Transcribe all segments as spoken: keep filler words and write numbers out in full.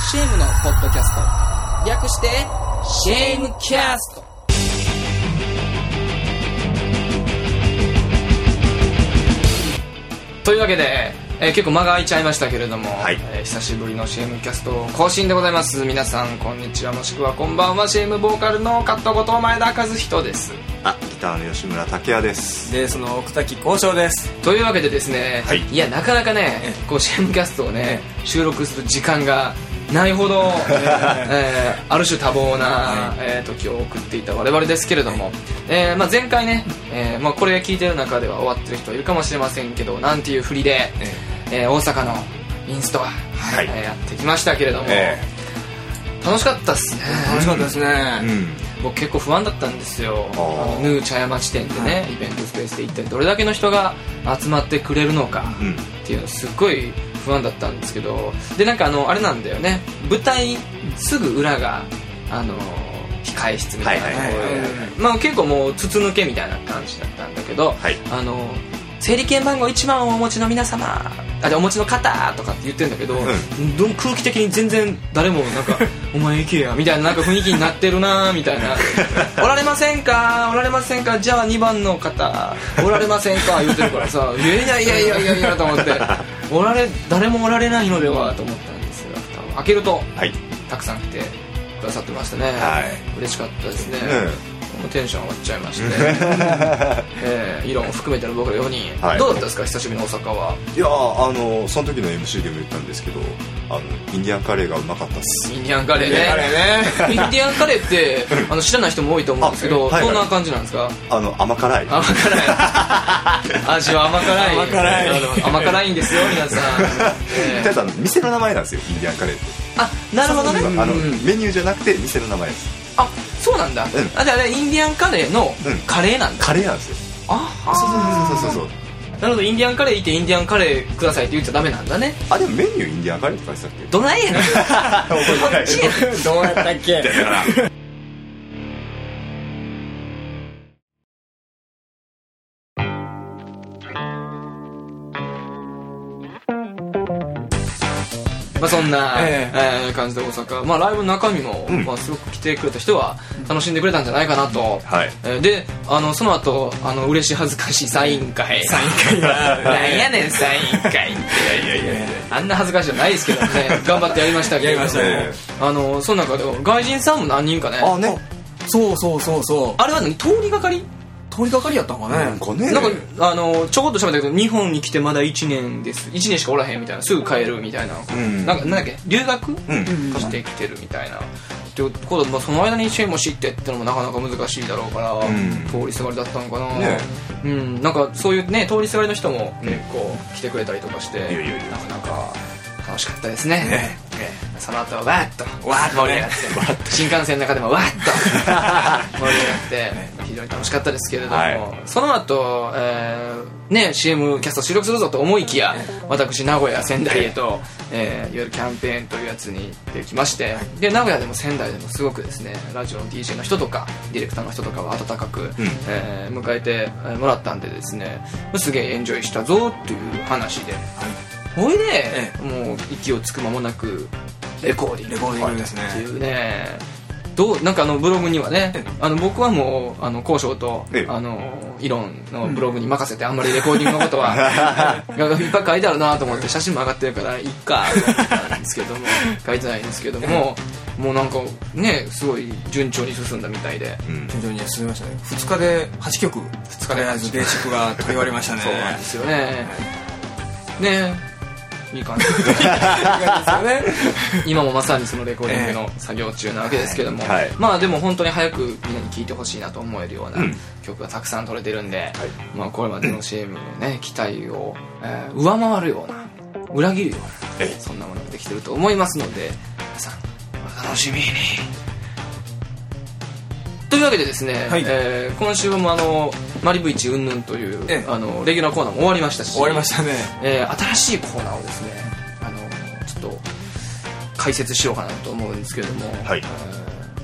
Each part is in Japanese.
シェームのポッドキャスト、略してシェームキャスト。というわけで、えー、結構間が空いちゃいましたけれども、はい、えー、久しぶりの シーエム キャスト更新でございます。皆さんこんにちは、もしくはこんばんは。 シーエム ボーカルのカットこと前田和人です。 あ、ギターの吉村拓也です。 ベースの奥滝幸章です。 というわけでですね、はい、いやなかなかね、こう シーエム キャストをね収録する時間がないほど、えー、ある種多忙な、はい、えー、時を送っていた我々ですけれども、えーまあ、前回ね、えーまあ、これ聞いてる中では終わってる人いるかもしれませんけど、なんていう振りで、えー、大阪のインストア、はい、えー、やってきましたけれども、えー、楽しかったっすね。 楽しかったですね、うん、 僕結構不安だったんですよ。あのヌー茶屋町店でね、はい、イベントスペースで一体どれだけの人が集まってくれるのかっていうのすっごい不安だったんですけど、でなんかあのあれなんだよね、舞台すぐ裏があの控え室みたいなところで、まあ結構もう筒抜けみたいな感じだったんだけど、はい、あの整理券番号いちばんをお持ちの皆様、あ、お持ちの方とかって言ってるんだけど、うん、ど空気的に全然誰もなんかお前行けやみたいな、なんか雰囲気になってるなみたいなおられませんかおられませんか、じゃあにばんの方おられませんか言ってるからさ、いやいやいやいやいやいやと思っておられ誰もおられないのではと思ったんですよ。多分開けると、はい、たくさん来てくださってましたね、はい、嬉しかったですね、うん、テンション上がっちゃいまして、ねえー、色も含めての僕らよにん、はい、どうだったですか久しぶりの大阪は。 いやあのその時の エムシー でも言ったんですけど、あのインディアンカレーがうまかったっす。 インディアンカレーねインディアンカレーってあの知らない人も多いと思うんですけど、はいはい、どんな感じなんですか。 あの甘辛い甘辛い味は甘辛い甘辛い甘辛いんですよ皆さん、 えー、ただ店の名前なんですよインディアンカレーって。 あ、なるほどね。 あの、うん、メニューじゃなくて店の名前です。 あ、そうなんだ、うん、あ、じゃあインディアンカレーのカレーなんだ、 うん、カレーなんですよ。 あ、 そうそうそうそうそう。 なるほど、インディアンカレー行ってインディアンカレーくださいって言っちゃダメなんだね。 あ、でもメニューインディアンカレーって書いてたっけ。 どないやねんどうやったっけまあそんな、えーえー、感じで大阪、まあ、ライブの中身も、うん、まあ、すごく来てくれた人は楽しんでくれたんじゃないかなと、はい、えー、であのその後あの嬉しい恥ずかしいサイン会サイン会がなんやねんサイン会っていやいやいやあんな恥ずかしいじゃないですけどね頑張ってやりましたけど、やりましたね。あのその中で外人さんも何人かね。 あね、そうそうそうそう。 あれは何、通りがかり通りがかりやったんかね。 なんかね、 なんかあのちょこっと喋ったけど、日本に来てまだいちねんです、いちねんしかおらへんみたいな、すぐ帰るみたいな、うん、なんかなんだっけ、留学、うん、してきてるみたいな、っていうことで、まあ、その間にシェイも知ってってのもなかなか難しいだろうから、うん、通りすがりだったのかな、ね、うん、なんかそういうね通りすがりの人も結構来てくれたりとかして、うん、なかなか楽しかったですね。ね、えー、その後はわーっとわーっと盛り上がって新幹線の中でもわーっと盛り上がって非常に楽しかったですけれども、はい、その後、えーね、シーエム キャスト収録するぞと思いきや、私名古屋仙台へと、えー、いわゆるキャンペーンというやつに行ってきまして、で名古屋でも仙台でもすごくですね、ラジオの ディージェー の人とかディレクターの人とかは温かく、うん、えー、迎えてもらったんでですね、すげえエンジョイしたぞっていう話で、ほいで、ええ、もう息をつく間もなくレコーディングレコーディングですねっていうね、どうなんかあのブログにはね、ええ、あの僕はもうあの交渉と、ええ、あのイロンのブログに任せて、あんまりレコーディングのことはいっぱい書いてあるなと思って、写真も上がってるからいっかと思ったんですけども書いてないんですけども、もうなんかねすごい順調に進んだみたいで、 うん、順調に進みましたね。ふつかではちきょく、ふつかでベーシックが取り終わりましたねそうなんですよね、はい、ねいい感じ今もまさにそのレコーディングの作業中なわけですけども、えーはい、まあでも本当に早くみんなに聴いてほしいなと思えるような曲がたくさん取れてるんで、はい、まあこれまでの シーエム のね期待を、えー、上回るような、裏切るような、えー、そんなものができてると思いますので、皆さんお楽しみに。というわけでですね、はい、えー、今週もあのマリブイチうんぬんという、ええ、あのレギュラーコーナーも終わりましたし、 終わりましたね、 えー、新しいコーナーをですね、あのちょっと解説しようかなと思うんですけれども、はい、えー、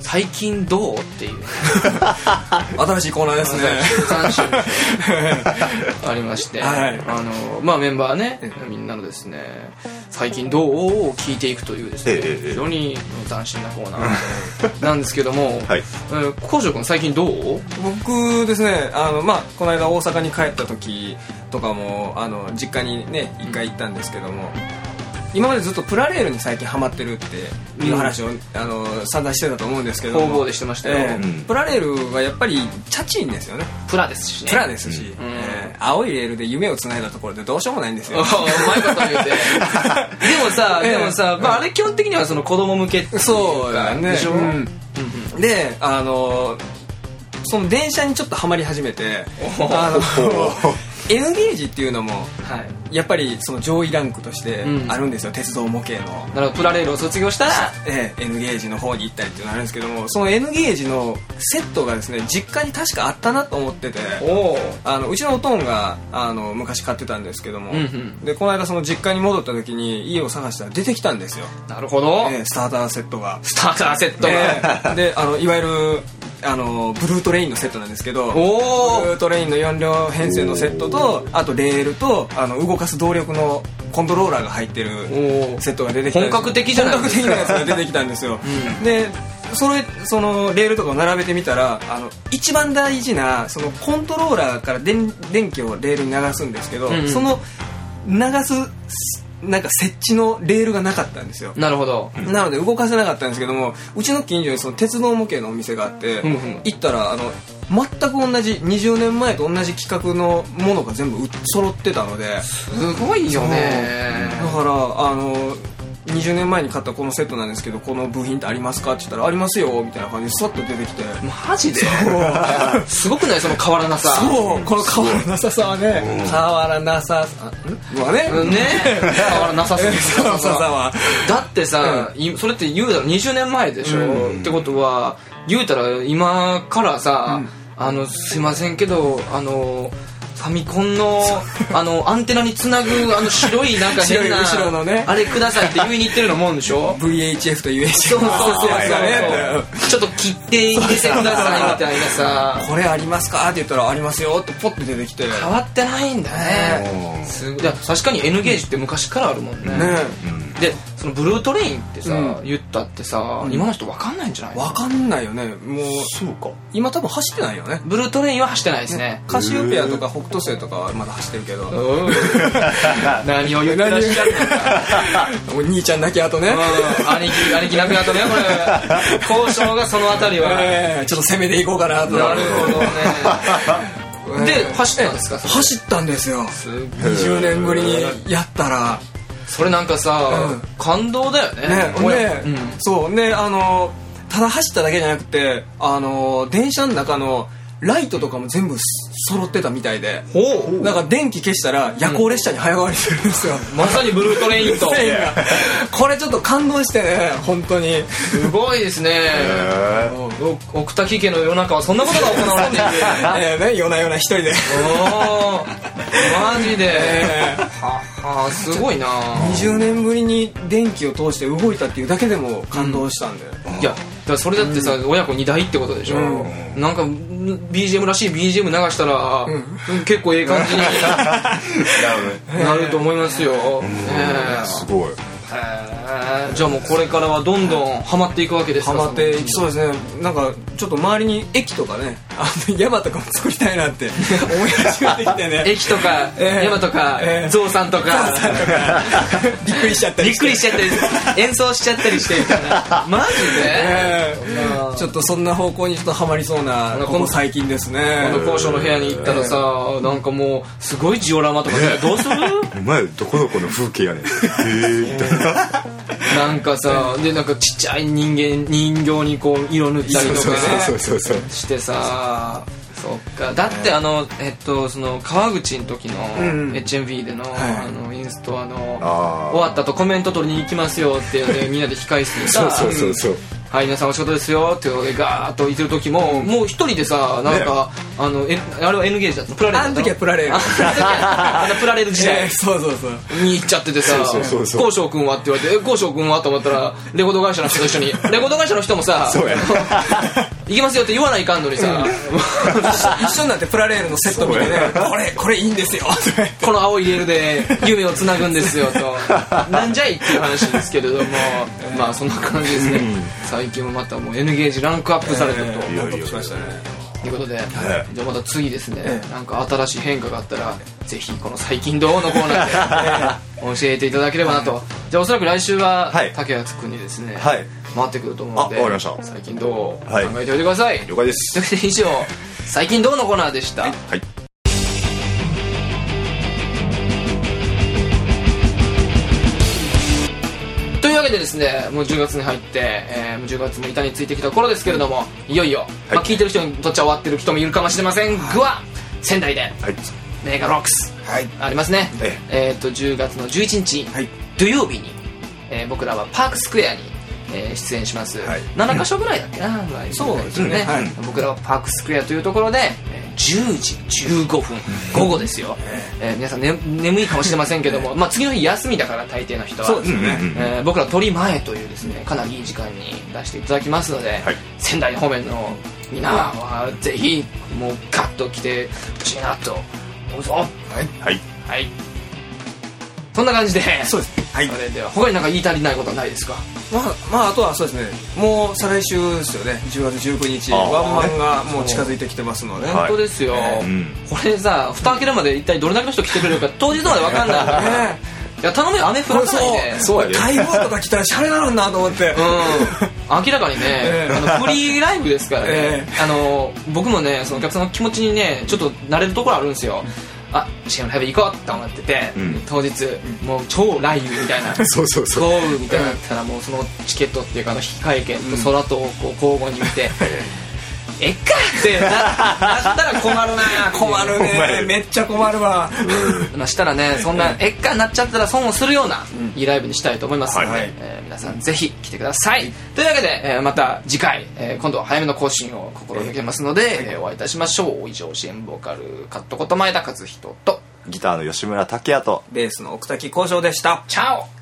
最近どうっていう新しいコーナーですね。 さん種ありまして、 はい、 あのまあメンバーね、みんなのですね最近どうを聞いていくというですね、ええ、非常に斬新なコーナーなんですけども、はい、高城君最近どう？ 僕ですね、あの、まあ、この間大阪に帰った時とかもあの実家にね一回行ったんですけども、今までずっとプラレールに最近ハマってるっていう話を、うん、あの散々してたと思うんですけども、 方々でしてましたよ、えーうん、プラレールはやっぱりチャチいんですよね。 プラですしね。 プラですし、うんえー、青いレールで夢をつないだところでどうしようもないんですよ。 うまいこと言うてでもさ、でもさ、まあ、あれ基本的にはその子供向けっていうかそうやねでしょ、うんうん、であのその電車にちょっとハマり始めてあのN ゲージっていうのも、はい、やっぱりその上位ランクとしてあるんですよ、うん、鉄道模型の。 なるほど、プラレールを卒業したら、 ええ、N ゲージの方に行ったりっていうのがあるんですけども、その N ゲージのセットがですね実家に確かあったなと思ってて、おあのうちのおとんがあの昔買ってたんですけども、うんうん、でこの間その実家に戻った時に家を探したら出てきたんですよ。 なるほど、 ええ、スターターセットがスターターセットが、 ええ、であのいわゆるあのブルートレインのセットなんですけど、おブルートレインのよん両編成のセットと、あとレールとあの動かす動力のコントローラーが入ってるセットが出てきたんです。 本格的じゃないですか。 本格的なやつが出てきたんですよ、うん、でそれそのレールとかを並べてみたら、あの一番大事なそのコントローラーから電電気をレールに流すんですけど、うんうん、その流すなんか設置のレールがなかったんですよ。 なるほど。 なので動かせなかったんですけども、うちの近所にその鉄道模型のお店があって、うんうん、行ったらあの全く同じにじゅうねんまえと同じ規格のものが全部揃ってたので、 すごいよね。 だからあのにじゅうねんまえに買ったこのセットなんですけど、この部品ってありますかって言ったらありますよみたいな感じでさっと出てきて、 マジですごくないその変わらなさ。 そう、この変わらなささはね、変わらなさはね、 うん、ね変わらなさすぎる変わらなさはだってさ、うん、それって言うたらにじゅうねんまえでしょ、うん、ってことは言うたら今からさ、うん、あのすいませんけどあのファミコンのあのアンテナにつなぐあの白いなんか変な後ろのねあれくださいって言いに行ってるのもんでしょ。 ブイエイチエフ と ユーエイチエフそうそうそうそう、はい、ちょっと切って入れてくださいみたいなさこれありますかって言ったらありますよってポッて出てきて変わってないんだね。すごい。確かに N ゲージって昔からあるもんね。ね、うん、でそのブルートレインってさ、うん、言ったってさ、うん、今の人分かんないんじゃない？ 分かんないよね。もうそうか今多分走ってないよね。 ブルートレインは走ってないですね。 ねカシオペアとか北斗星とかはまだ走ってるけど何を言ってらっしゃるのかお兄ちゃん亡き後ね、 兄貴兄貴亡くなったねこれ交渉がそのあたりは、 えー、ちょっと攻めていこうかなと。 なるほどねで走ったんですか？ 走ったんですよ。にじゅうねんぶりにやったらそれなんかさ、うん、感動だよね。ね、 ね、うん、そうね、あのただ走っただけじゃなくてあの電車の中のライトとかも全部揃ってたみたいで、なんか電気消したら夜行列車に早変わりするんですよ、 うん、まさにブルートレインとこれちょっと感動してね本当にすごいですね。奥多岐家の夜中はそんなことが行われているえーね、夜な夜な一人でおマジで、えー、ははすごいな。 にじゅうねんぶりに電気を通して動いたっていうだけでも感動したんで、 うん、いやだからそれだってさ、うん、親子にだいってことでしょ、うん、なんか ビージーエム らしい ビージーエム 流したら、うん、結構ええ感じになると思いますよ、 えー、すごい。 じゃあもうこれからはどんどんハマっていくわけですか？ ハマっていきそうですね。なんかちょっと周りに駅とかね、あの山とかも作りたいなって思い始めてきてね駅とか、えー、山とか、えー、ゾウさんとかびっくりしちゃったりしてびっくりしちゃったり演奏しちゃったりしてみたいなマジで、 えー、ちょっとそんな方向にちょっとハマりそうなこの最近ですね。 この交渉の部屋に行ったらさ、えー、なんかもうすごいジオラマとか、ね、どうするお前どこどこの風景やねんへーみたいななんかさでなんかちっちゃい人間人形にこう色塗ったりとかねしてさ、そっか。だってあのえっとその川口の時の エイチエムビー でのあのンスとあの終わった後コメント取りに行きますよっていうねみんなで控室でさそうそうそうそう、 はい皆さんお仕事ですよってガーッと言ってる時ももう一人でさなんか、ね、あのえあれは N ゲージだったのプラレールだったのあの時はプラレールあのプラレール時代、 えー、そうそうそうに行っちゃっててさ高翔君はって言われてえ高翔君はと思ったらレコード会社の人と一緒にレコード会社の人もさそうや行きますよって言わないかんのにさ、うん、 一緒になってプラレールのセット見てねこれこれいいんですよこの青いレールで夢をつなぐんですよとなんじゃいっていう話ですけれどもまあそんな感じですね、うん、最近もまたもう N ゲージランクアップされたと、えー、 ランクアップしましたねということで、はい、じゃあまた次ですね、えー、なんか新しい変化があったらぜひこの最近どうのコーナーで教えていただければなとじゃあおそらく来週は竹谷君にですね、はい、回ってくると思うのであ、わかりました。 最近どう考えておいてください、 はい、了解です。 というわけで以上最近どうのコーナーでした、はいはいというわけでですねもうじゅうがつに入って、えー、じゅうがつも板についてきた頃ですけれどもいよいよ、はいまあ、聞いてる人にとっちゃ終わってる人もいるかもしれませんが、はい、仙台で、はい、メガロックス、はい、ありますね、えええー、とじゅうがつのじゅういちにち、はい、土曜日に、えー、僕らはパークスクエアに、えー、出演します、はい、ななかしょぐらいだっけな、うん、そうですね、はい、僕らはパークスクエアというところでじゅうじじゅうごふん午後ですよ、えー、皆さん、ね、眠いかもしれませんけども、まあ、次の日休みだから大抵の人はそうですね、えー、僕ら鳥前というですねかなりいい時間に出していただきますので、はい、仙台方面のみんなはぜひもうガッと来てほしいなと思うぞ。はい、はいはい、そんな感じでそうです、はい、それでは他に何か言い足りないことはないですか。 まあ、まああとはそうですねもう再来週ですよねじゅうがつじゅうくにちワンマンがもう近づいてきてますので、ね、 本当ですよ、えーうん、これさ蓋開けるまで一体どれだけの人来てくれるか当日まで分かんないからねいや頼むよ雨降らさないでそうやで台風とか来たらシャレなるなと思って、うん、 明らかにね、えー、あのフリーライブですからね、えー、あの僕もねそのお客さんの気持ちにねちょっと慣れるところあるんですよ。あ、シーエムライブ行こうって思ってて、うん、当日もう超雷雨みたいなそうそうそう豪雨みたいになったらもうそのチケットっていうかあの引換券と空とこう交互に見て、うんえっかってなったら困るな困るねめっちゃ困るわ、 うん、まあしたらねそんなえっかになっちゃったら損をするような、うん、いいライブにしたいと思いますので、はいえー、皆さんぜひ来てください、はい、というわけで、えー、また次回、えー、今度は早めの更新を心がけますので、はいえー、お会いいたしましょう。以上支援ボーカルカットこと前田和人とギターの吉村拓也とベースの奥滝幸翔でした。 チャオ。